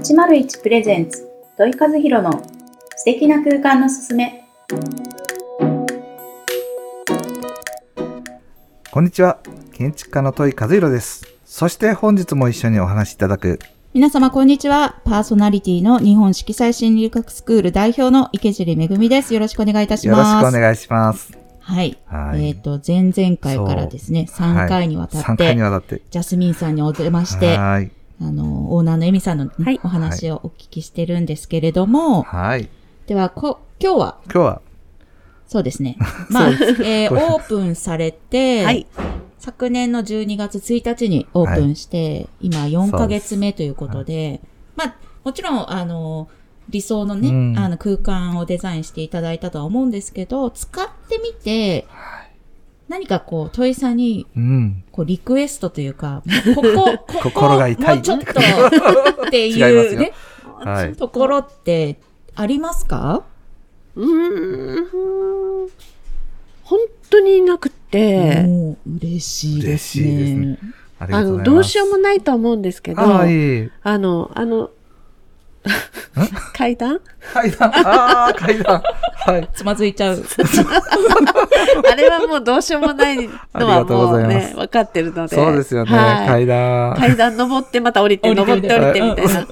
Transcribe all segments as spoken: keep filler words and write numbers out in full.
はちまるいちプレゼンツ土井和弘の素敵な空間のすすめ。 こんにちは、建築家の土井和弘です。そして本日も一緒にお話しいただく皆様こんにちは。パーソナリティの日本色彩心理学スクール代表の池尻めぐみです。よろしくお願いいたします。 よろしくお願いします。 はい。はい、えっ、ー、と、前々回からですね、さんかいにわたって、はい、さんかいにわたって、ジャスミンさんにお邪魔して、はい、あの、オーナーのエミさんの、ねはい、お話をお聞きしてるんですけれども、はい。では、こ、今日は、 今日は、 そうですね。まあ、えー、オープンされて、はい。昨年のじゅうにがつついたちにオープンして、はい、今よんかげつめということで、はい、まあ、もちろん、あの、理想のね、うん、あの空間をデザインしていただいたとは思うんですけど、使ってみて、はい、何かこう、土井さんに、うん、こう、リクエストというか、ここ、ここ、 心が痛いもうちょっとっていうね、はい、ところってありますか？ うーん、本当になくて、 もう嬉しいですね。嬉しいですね。 ありがとうございます。あの、どうしようもないとは思うんですけど、あ、いいあの、あの、階段階段ああ、階段はい。 つまずいちゃう。 あれはもうどうしようもないのはもうね、分かってるので。 そうですよね、はい、階段。 階段登ってまた降りて、登って降りてみたいな。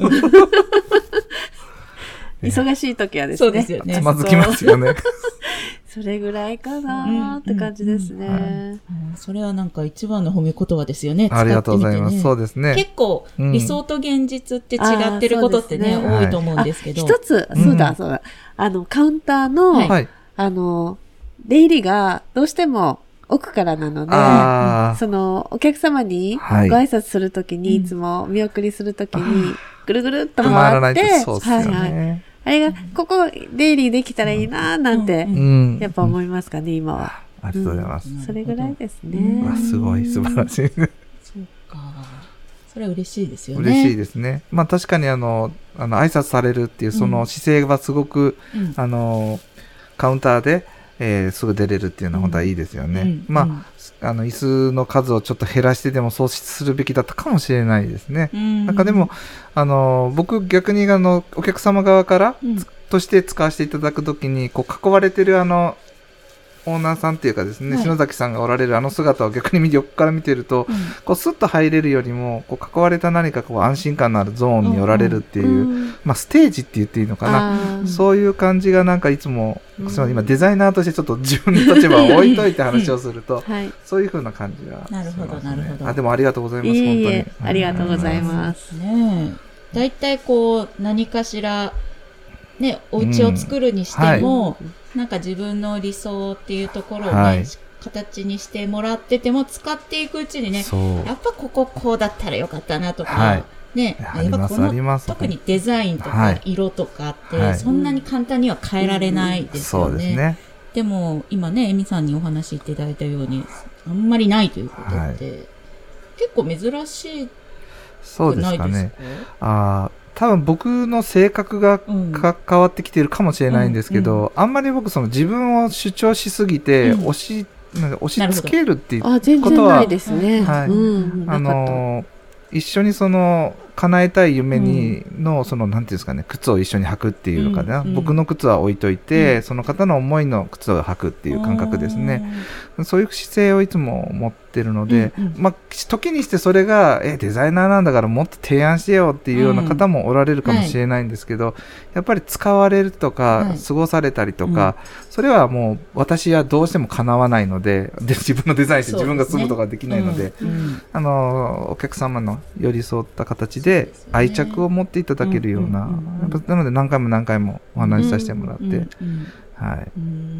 忙しい時はですね。 そうですよね。 つまずきますよね。 それぐらいかなーって感じですね、うんうんはい。それはなんか一番の褒め言葉ですよね。 ありがとうございます。ね、そうですね。 結構理想と現実って違ってることってね、うん、多いと思うんですけど。 一つ、そうだ、そうだ。あの、カウンターの、はい、あの、出入りがどうしても奥からなので、その、お客様にご挨拶するときに、はい、いつも見送りするときに、ぐるぐるっと回って、 そうですよね。はいはい、 あれが、ここ、出入りできたらいいなーなんて、やっぱ思いますかね、今は。 ありがとうございます。 うん、それぐらいですね。 わ、すごい、素晴らしい。そうか。それは嬉しいですよね。 嬉しいですね。まあ確かにあの、あの、挨拶されるっていうその姿勢はすごく、うん、あの、カウンターで、えー、すぐ出れるっていうのは本当はいいですよね。うんうん、まあ、あの、椅子の数をちょっと減らしてでもそうするべきだったかもしれないですね。うん、なんかでも、あの、僕逆にあの、お客様側から、うん、として使わせていただくときに、こう、囲われてるあの、オーナーさんっていうかですね、はい、篠崎さんがおられるあの姿を逆に横から見てると、うん、こうスッと入れるよりもこう囲われた何かこう安心感のあるゾーンにおられるっていう、うん、まあステージって言っていいのかな、そういう感じがなんかいつも、うん、今デザイナーとしてちょっと自分の立場を置いといて話をすると、はい、そういう風な感じがしますね。 なるほどなるほど。 あ、でもありがとうございます。 いえいえ、 本当にありがとうございます。 ねえ、だいたいこう何かしらね、お家を作るにしても、うんはい、なんか自分の理想っていうところをね、はい、形にしてもらってても使っていくうちにね、やっぱこここうだったらよかったなとか、はい、ね、やっぱこの特にデザインとか色とかって、はい、そんなに簡単には変えられないですよね。うん、そうですね。でも今ね、エミさんにお話しいただいたように、あんまりないということって、はい、結構珍しいくないですか？ そうですかね。ああ。多分僕の性格がか、うん、変わってきているかもしれないんですけど、うんうん、あんまり僕その自分を主張しすぎて、うん、押し、押し付けるっていうことは、 全然ないですね。 はい。うん、あの、一緒にその、叶えたい夢にの、その、なんていうんですかね、靴を一緒に履くっていうのかな。うんうん、僕の靴は置いといて、うん、その方の思いの靴を履くっていう感覚ですね。そういう姿勢をいつも持ってるので、うんうん、まあ、時にしてそれが、え、デザイナーなんだからもっと提案してよっていうような方もおられるかもしれないんですけど、うんはい、やっぱり使われるとか、はい、過ごされたりとか、うん、それはもう私はどうしても叶わないので、で自分のデザインして自分が住むとかできないので、うんうん、あの、お客様の寄り添った形で、で愛着を持っていただけるような、なので何回も何回もお話しさせてもらって、うんうん、はい、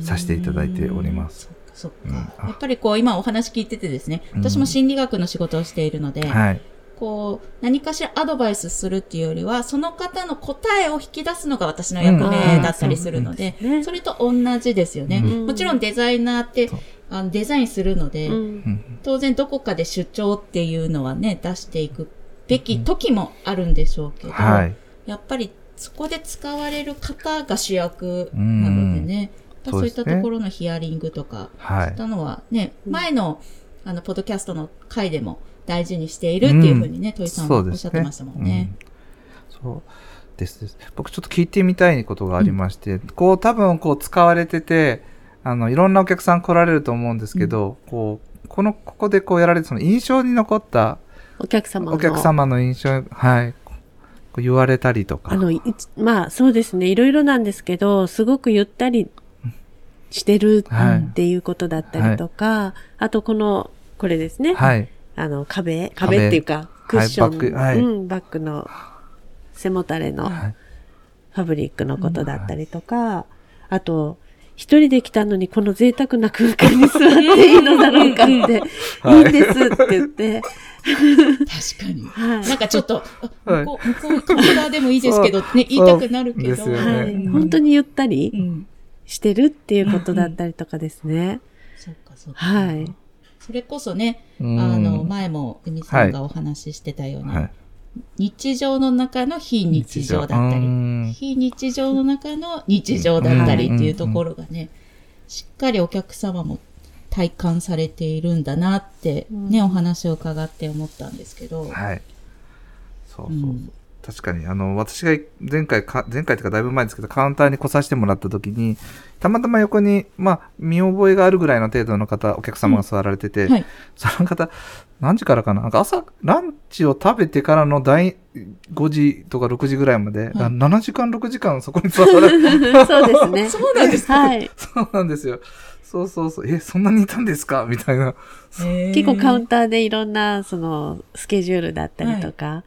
させていただいております。 そっか、うん、やっぱりこう今お話聞いててですね、私も心理学の仕事をしているので、うんはい、こう何かしらアドバイスするっていうよりはその方の答えを引き出すのが私の役目だったりするので、うん、それと同じですよね、うん、もちろんデザイナーってあのデザインするので、うん、当然どこかで主張っていうのはね出していくべき時もあるんでしょうけど、はい、やっぱりそこで使われる方が主役なのでね、うん、そういったところのヒアリングとかしたのはね、はい、前のあのポッドキャストの回でも大事にしているっていうふうにね、うん、土井さんもおっしゃってましたもんね。 そうですです。僕ちょっと聞いてみたいことがありまして、うん、こう多分こう使われてて、あのいろんなお客さん来られると思うんですけど、うん、こうこのここでこうやられてその印象に残ったお客様のお客様の印象、はい、こう言われたりとか。 あのまあそうですね、いろいろなんですけど、すごくゆったりしてるっていうことだったりとか、はい、あとこのこれですね、はい、あの壁壁っていうかクッション、はい、バッグ、はい、うん、バッグの背もたれのファブリックのことだったりとか、はい、あと一人で来たのにこの贅沢な空間に座っていいのだろうかって、はい、いいんですって言って。 確かに。はい、なんかちょっと、はい、向こう、向こう、カウンターでもいいですけど、ね、言いたくなるけど、ね、 はい、本当にゆったりしてるっていうことだったりとかですね。 そうか、そうか。 はい。 それこそね、あの、前も海さんがお話ししてたように、はい、日常の中の非日常だったり、非日常の中の日常だったりっていうところがね、しっかりお客様も体感されているんだなってね、うん、お話を伺って思ったんですけど。 はい。そうそうそう。うん、確かに、あの、私が前回か、前回というかだいぶ前ですけど、カウンターに来させてもらった時に、たまたま横に、まあ、見覚えがあるぐらいの程度の方、お客様が座られてて、うんはい、その方、何時からかななんか朝、ランチを食べてからの第ごじとかろくじぐらいまで、はい、ななじかん、ろくじかんそこに座られてそうですね。 そうなんですか。 はい。 そうなんですよ。そうそうそう。え、そんなにいたんですかみたいな。 結構カウンターでいろんな、その、スケジュールだったりとか、はい、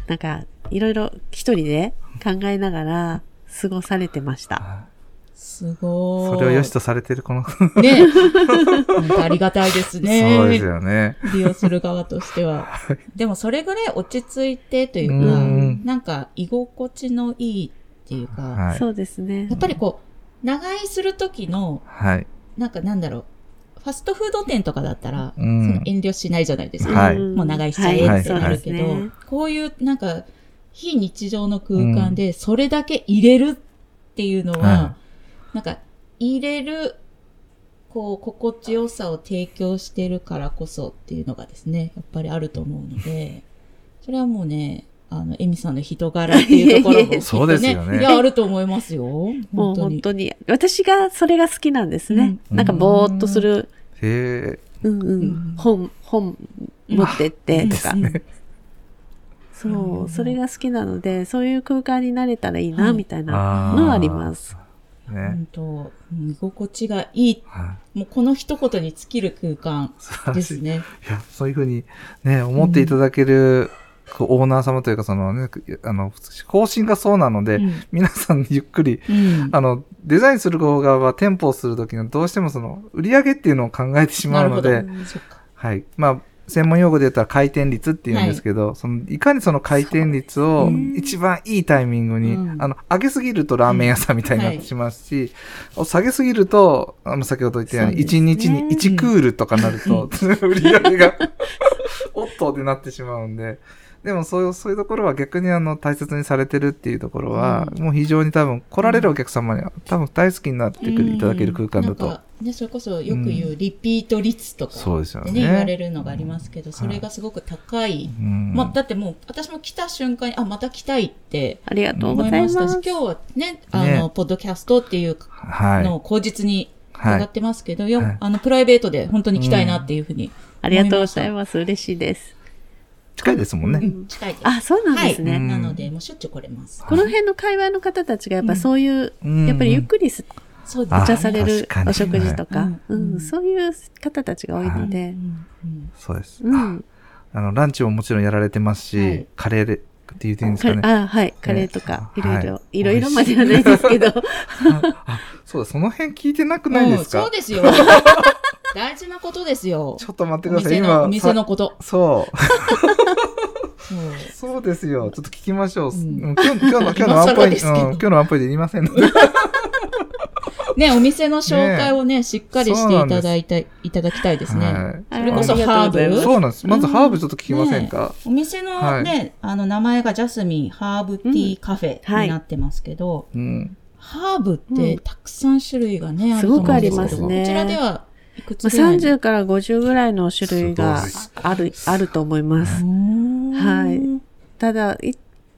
なんか、いろいろ一人で考えながら過ごされてました。 すごい。 それを良しとされてるこの。 ね。なんかありがたいですね。 そうですよね。 利用する側としては。でもそれぐらい落ち着いてというか、うんなんか居心地のいいっていうか、 はい、そうですね。 やっぱりこう、長居する時の、はい。なんかなんだろう、ファストフード店とかだったら、うん、その遠慮しないじゃないですか。はい、もう長居しちゃえってなるけど、はいはいね、こういうなんか、非日常の空間でそれだけ入れるっていうのは、うんはい、なんか入れる、こう、心地よさを提供してるからこそっていうのがですね、やっぱりあると思うので、それはもうね、あの、エミさんの人柄っていうところも、ね、 そうですよね。 いや、あると思いますよ。 もう本当に。私がそれが好きなんですね。うん、なんかぼーっとする。 へー。うんうん。本、本持ってってとか。うん、そう、それが好きなので、そういう空間になれたらいいな、みたいなのはあります。 ね、本当、居心地がいい、はい、もうこの一言に尽きる空間ですね。 いや、そういうふうにね、思っていただける、うん、オーナー様というか、そのね、あの、方針がそうなので、うん、皆さんゆっくり、うん、あの、デザインする方側は店舗をするときにどうしてもその、売り上げっていうのを考えてしまうので、うん、はい。まあ、専門用語で言ったら回転率って言うんですけど、はい、そのいかにその回転率を一番いいタイミングに、うん、あの、上げすぎるとラーメン屋さんみたいになってしまうし、はい、下げすぎると、あの、先ほど言ったように、いちにちにいちクールとかなると、売り上げが、おっとってなってしまうんで、でもそういう、そういうところは逆にあの、大切にされてるっていうところは、うん、もう非常に多分、来られるお客様には多分大好きになってくる、いただける空間だと。 ね、それこそよく言うリピート率とか、ね、そうですよね、言われるのがありますけど、それがすごく高い。うん、まあ、だってもう、私も来た瞬間に、あ、また来たいって、 ありがとうございましたし、 今日はね、あの、ね、ポッドキャストっていうのを口実に伺ってますけど、はい、よ、あの、プライベートで本当に来たいなっていうふうに、うん。 ありがとうございます。嬉しいです。 近いですもんね。 うん、近いです。 あ、そうなんですね。 はい、なので、もうしょっちゅう来れます。 この辺の界隈の方たちがやっぱそういう、うん、やっぱりゆっくりす、お茶されるお食事とか、うんうん、そういう方たちが多いので。はいうんうん、そうです、うん。あの、ランチももちろんやられてますし、はい、カレーで、って言っていいんですかね。 あ、はい。カレーとか、いろいろ、いろいろまではないですけど。 あ、そうだ、その辺聞いてなくないですか？ そうですよ。大事なことですよ。 ちょっと待ってください、今。 お店のこと。 そう。そうそうですよ。ちょっと聞きましょう。うん、今日、今日の、今日のワンポイント、うん、今日のワンポイントで言いませんので。 ね、お店の紹介をね、しっかりしていただいた、いただきたいですね。はい、それこそハーブ。 そうなんです。まずハーブちょっと聞きませんか？ ね、お店のね、はい、あの、名前がジャスミンハーブティーカフェになってますけど、うんはい、ハーブってたくさん種類がね、うん、あると思うんですけど、すごくありますね。こちらではいくつぐらい？ さんじゅうからごじゅうぐらいの種類がある、あると思います。はい。ただ、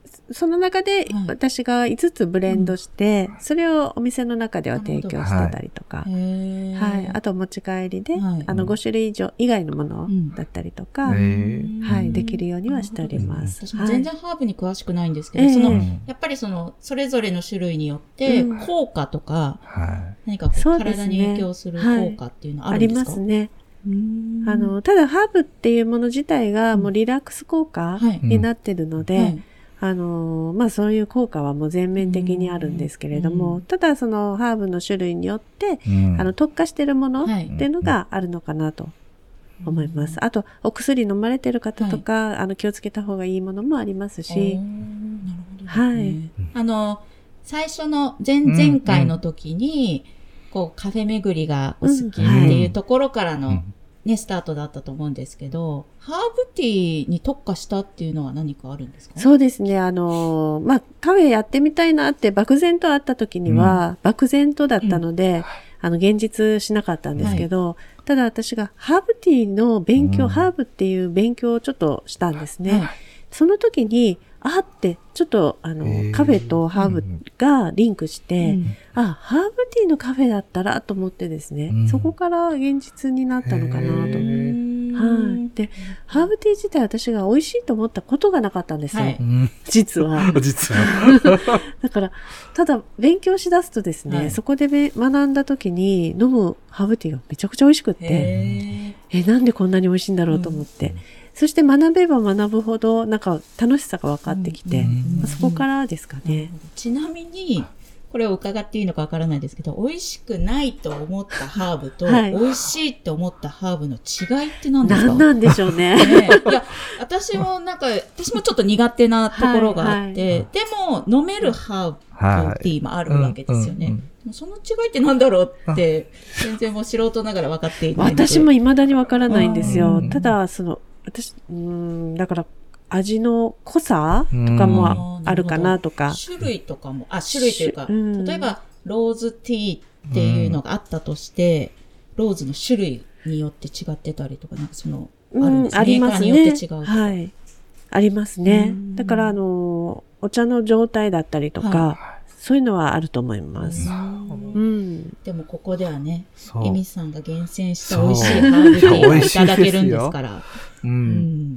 その中で私がいつつブレンドして、はい、それをお店の中では提供してたりとか、はい、はい、あと持ち帰りで、はい、あのご種類以上以外のものだったりとか、はい、できるようにはしております。 私も全然ハーブに詳しくないんですけど、はい、そのやっぱりそのそれぞれの種類によって効果とか、うん、何かこう体に影響する効果っていうのはあるんですか？ ありますね。あのただハーブっていうもの自体がもうリラックス効果になってるので、うんはい、あのまあそういう効果はもう全面的にあるんですけれども、うん、ただそのハーブの種類によって、うん、あの特化してるものっていうのがあるのかなと思います。あとお薬飲まれてる方とか、はい、あの気をつけた方がいいものもありますし、なるほどですね、はい。 あの最初の前々回の時に、うん、こうカフェ巡りがお好きっていうところからの、うんはいね、スタートだったと思うんですけど、ハーブティーに特化したっていうのは何かあるんですか？ そうですね。あの、まあ、カフェやってみたいなって漠然とあった時には、うん、漠然とだったので、うん、あの、現実しなかったんですけど、はい、ただ私がハーブティーの勉強、うん、ハーブっていう勉強をちょっとしたんですね。はい、その時に、あって、ちょっと、あの、カフェとハーブがリンクして、うん、あ、ハーブティーのカフェだったらと思ってですね、うん、そこから現実になったのかなと。はい。で、ハーブティー自体私が美味しいと思ったことがなかったんですよ。はい、実は。 実は。 だから、ただ勉強しだすとですね、はい、そこで学んだ時に飲むハーブティーがめちゃくちゃ美味しくって、え、なんでこんなに美味しいんだろうと思って。うんそして学べば学ぶほどなんか楽しさが分かってきて、うん、そこからですかね。 ちなみにこれを伺っていいのか分からないですけど、美味しくないと思ったハーブと、はい、美味しいと思ったハーブの違いって何ですか？ 何なんでしょうね。 ねいや私もなんか私もちょっと苦手なところがあって、はいはい、でも飲めるハーブティーもあるわけですよね。はいうんうん、その違いって何だろうって全然もう素人ながら分かっていないので。 私も未だに分からないんですよ。ただその私、うーん、だから、味の濃さとかもあるかなとか。 種類とかも、あ、種類というか、うん、例えば、ローズティーっていうのがあったとして、うん、ローズの種類によって違ってたりとか、なんかその、あるんですね。うん、ありますね。メーカーによって違う。 はい。ありますね。だから、あの、お茶の状態だったりとか、はい、そういうのはあると思います。うん、 でもここではね、エミさんが厳選した美味しいハーブティーをいただけるんですから。 うん、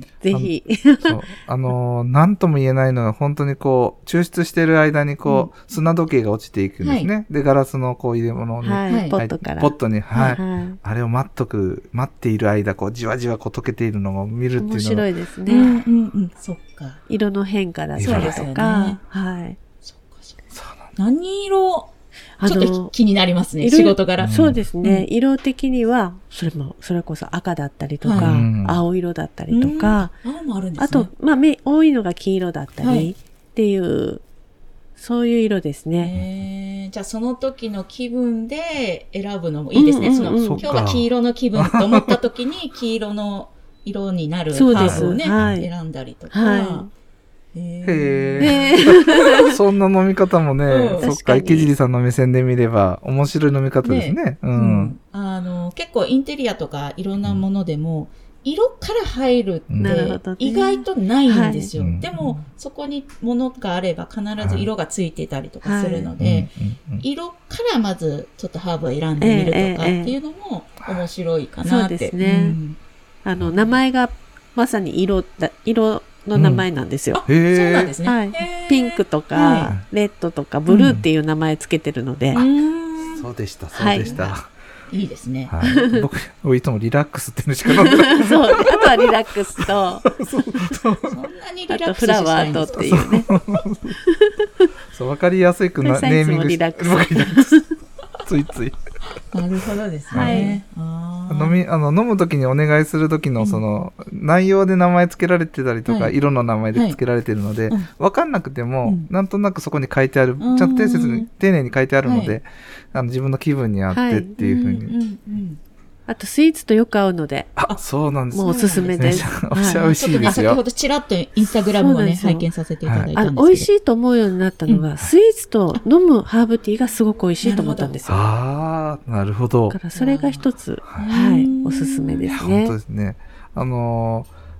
ぜひ。 あの、なんとも言えないのは本当にこう、抽出してる間にこう、うん、砂時計が落ちていくんですね。はい、で、ガラスのこう入れ物に、 はい、ポットから。 ポットに、はい。はい、あれを待っとく、待っている間、こう、じわじわこう溶けているのを見るっていうのが。面白いですね。 うんうんうん。そっか。 色の変化だったりとか。ね、はい。 そっかそっか。何色ちょっと気になりますね、仕事柄。 そうですね、うん。色的には、それも、それこそ赤だったりとか、はい、青色だったりとか、 青もあるんですね。 あと、まあ、多いのが黄色だったりっていう、はい、そういう色ですね。 えー、じゃあその時の気分で選ぶのもいいですね。うんうんうん、その今日は黄色の気分と思った時に黄色の色になるハーブをね、はい、選んだりとか。はいへー。そんな飲み方もね、うん、そっか、池尻さんの目線で見れば面白い飲み方ですね。ねうんうん、 あの結構インテリアとかいろんなものでも、うん、色から入るって意外とないんですよ。ねはい、でも、そこに物があれば必ず色がついてたりとかするので、はい色からまずちょっとハーブを選んでみるとかっていうのも面白いかなって。 そうですね。うん、あの名前がまさに色だ色の名前なんですよ。 うん、あ、そうなんですね。 はい。ピンクとか、はい、レッドとか、ブルーっていう名前つけてるので。 うん、そうでした、そうでした。はい、いいですね。 はい、僕、いつもリラックスっていうのしか飲んでない。 そう、あとはリラックスと、 そうそうそんなにリラックスしたいんですか？あとフラワーとっていうね。 そう、わかりやすくなネーミングして。 リラックス。 ついつい。 なるほどですね。はい、 飲みあの飲むときにお願いするときのその、うん、内容で名前付けられてたりとか、はい、色の名前で付けられているので、はい、分かんなくても、うん、なんとなくそこに書いてある、うん、ちゃんと丁寧に丁寧に書いてあるので、はい、あの自分の気分に合ってっていうふうに。はいうんうんうんあとスイーツとよく合うので。 あ、そうなんですね。 もうおすすめです。 お茶美味しいですよ。ちょっとね、 先ほどちらっとインスタグラムをね、拝見させていただいたんですけど。 あ、美味しいと思うようになったのが、うん、スイーツと飲むハーブティーがすごく美味しいと思ったんですよ。 ああ、なるほど。 だからそれが一つ、はい、おすすめですね。 本当ですね。あのー、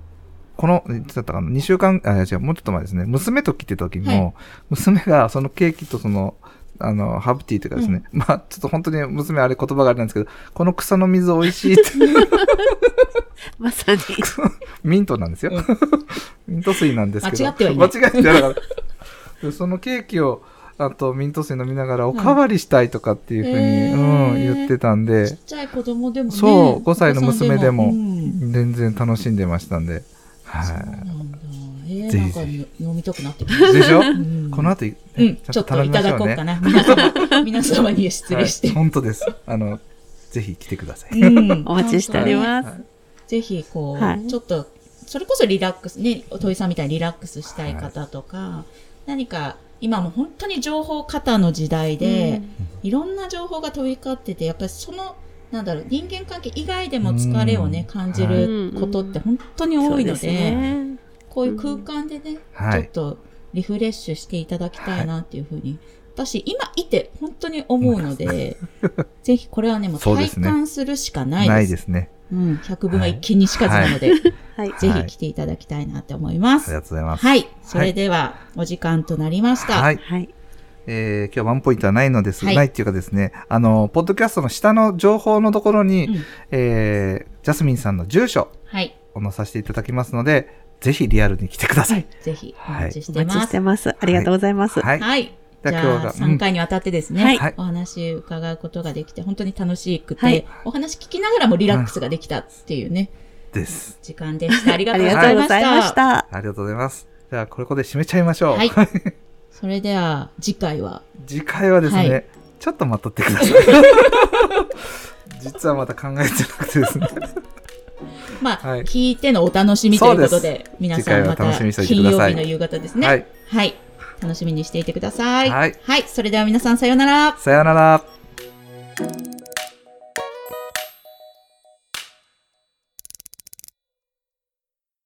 この、いつだったかな、にしゅうかん、あ、違う、もうちょっと前ですね、娘と来てた時も、 はい、 娘がそのケーキとその、あの、ハーブティーというかですね、うん、まあ、ちょっと本当に娘あれ言葉があれなんですけど、この草の水美味しいって。 まさに。 ミントなんですよ。ミント水なんですけど。 間違ってはいない。 間違ってはなかった。そのケーキを、あとミント水飲みながらおかわりしたいとかっていうふうに、うん、言ってたんで。 ちっちゃい子供でもね。 そう、ごさいの娘でも全然楽しんでましたんで。はい。 そうなんだ。えー、なんか飲みたくなってきました。 でしょ、うん、この後、ね、 うん、ちょっといただこうかな。皆様、皆様に失礼して。 はい、本当です。あの、ぜひ来てください。 うん、お待ちしております。はい、 ぜひ、こう、はい、ちょっと、それこそリラックス、ね、土井さんみたいにリラックスしたい方とか、はい、何か、今も本当に情報過多の時代で、うん、いろんな情報が飛び交ってて、やっぱりその、なんだろう、人間関係以外でも疲れをね、感じることって本当に多いので、ね、こういう空間でね、うん、ちょっとリフレッシュしていただきたいなっていうふうに、はい、私今いて本当に思うので、ぜひこれはね、もう体感するしかないです。 ないですね。 うん、百聞は一見にしかずなので、はい、ぜひ来ていただきたいなって思います。 はい、ありがとうございます。 はい。それでは、お時間となりました。 はい。はい、えー、今日ワンポイントはないのです、はい、ないっていうかですね、あの、ポッドキャストの下の情報のところに、うん、えー、ジャスミンさんの住所を載させていただきますので、はい、ぜひリアルに来てください。はい、 ぜひお待ちしてます。 お待ちしてます。ありがとうございます。 はい。はい。じゃあ、さんかいにわたってですね、うん、お話伺うことができて、本当に楽しくて、はい、お話聞きながらもリラックスができたっていうね、 うん、です。 時間でした。ありがとうございました。ありがとうございました。 ありがとうございます。じゃあ、これこで締めちゃいましょう。 はい。それでは、次回は次回はですね、はい、ちょっと待っとってください。実はまた考えてなくてですね。 まあ、はい、聞いてのお楽しみということで、皆さんまた金曜日の夕方ですね。はい。はい。楽しみにしていてください。はい。はい。それでは皆さんさようなら。 さようなら。